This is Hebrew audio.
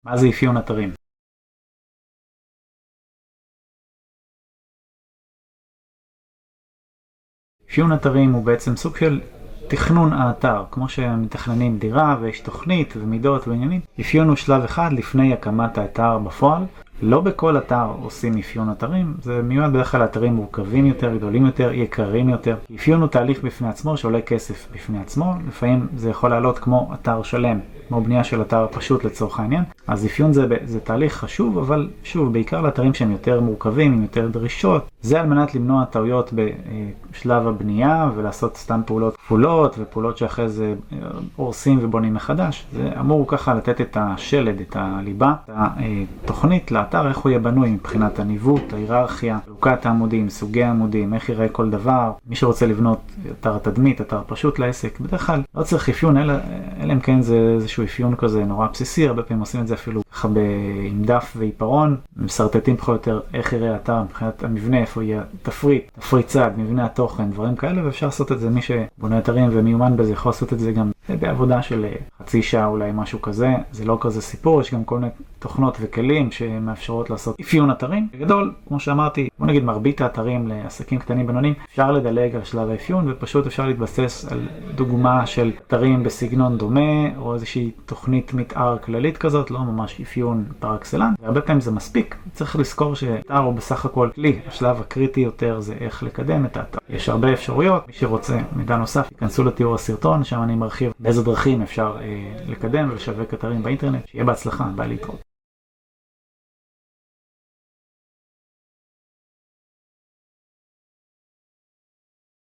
מה זה אפיון אתרים? אפיון אתרים הוא בעצם סוג של תכנון האתר, כמו שמתכננים דירה ויש תוכנית ומידות ועניינים. אפיון הוא שלב אחד לפני הקמת האתר בפועל. לא בכל אתר עושים אפיון אתרים, זה מיועד בדרך כלל לאתרים מורכבים יותר, גדולים יותר, יקרים יותר. אפיון הוא תהליך בפני עצמו שעולה כסף בפני עצמו, לפעמים זה יכול לעלות כמו אתר שלם, כמו בנייה של אתר פשוט לצורך העניין. אז אפיון זה תהליך חשוב, אבל שוב, בעיקר לאתרים שהם יותר מורכבים, עם יותר דרישות. זה על מנת למנוע טעויות בשלב הבנייה ולעשות סתם פעולות כפולות ופעולות שאחרי זה הורסים ובונים מחדש. זה אמור ככה לתת את השלד, את הליבה, את התוכנית לאתר, איך הוא יהיה בנוי מבחינת הניווט, ההיררכיה, חלוקת העמודים, סוגי העמודים, איך יראה כל דבר. מי שרוצה לבנות אתר תדמית, אתר פשוט לעסק, בדרך כלל לא צריך אפיון, אלא אם כן זה איזשהו אפיון כזה נורא בסיסי, הרבה פעמים עושים את זה אפילו ככה עם דף ועיפרון, מסרטטים פחות יותר איך יראה האתר מבחינת המבנה, איפה יהיה תפריט צד, מבנה התוכן, דברים כאלה, ואפשר לעשות את זה, מי שבונה אתרים ומיומן בזה יכול לעשות את זה גם בעבודה של חצי שעה אולי משהו כזה. זה לא כזה סיפור, יש גם כל מיני תוכנות וכלים שמאפשרות לעשות אפיון אתרים. בגדול, כמו שאמרתי, בוא נגיד מרבית האתרים לעסקים קטנים בינוניים, אפשר לדלג על שלב האפיון ופשוט אפשר להתבסס על דוגמה של אתרים בסגנון דומה או איזושהי תוכנית מתאר כללית כזאת, לא ממש אפיון פר אקסלנס. והרבה פעמים זה מספיק. צריך לזכור שאתר הוא בסך הכל כלי. השלב הקריטי יותר זה איך לקדם את האתר. יש הרבה אפשרויות. מי שרוצה מידע נוסף, ייכנסו לתיאור הסרטון, שם אני מרחיב באיזה דרכים אפשר לקדם ולשווק אתרים באינטרנט. שיהיה בהצלחה, ביי להתראות.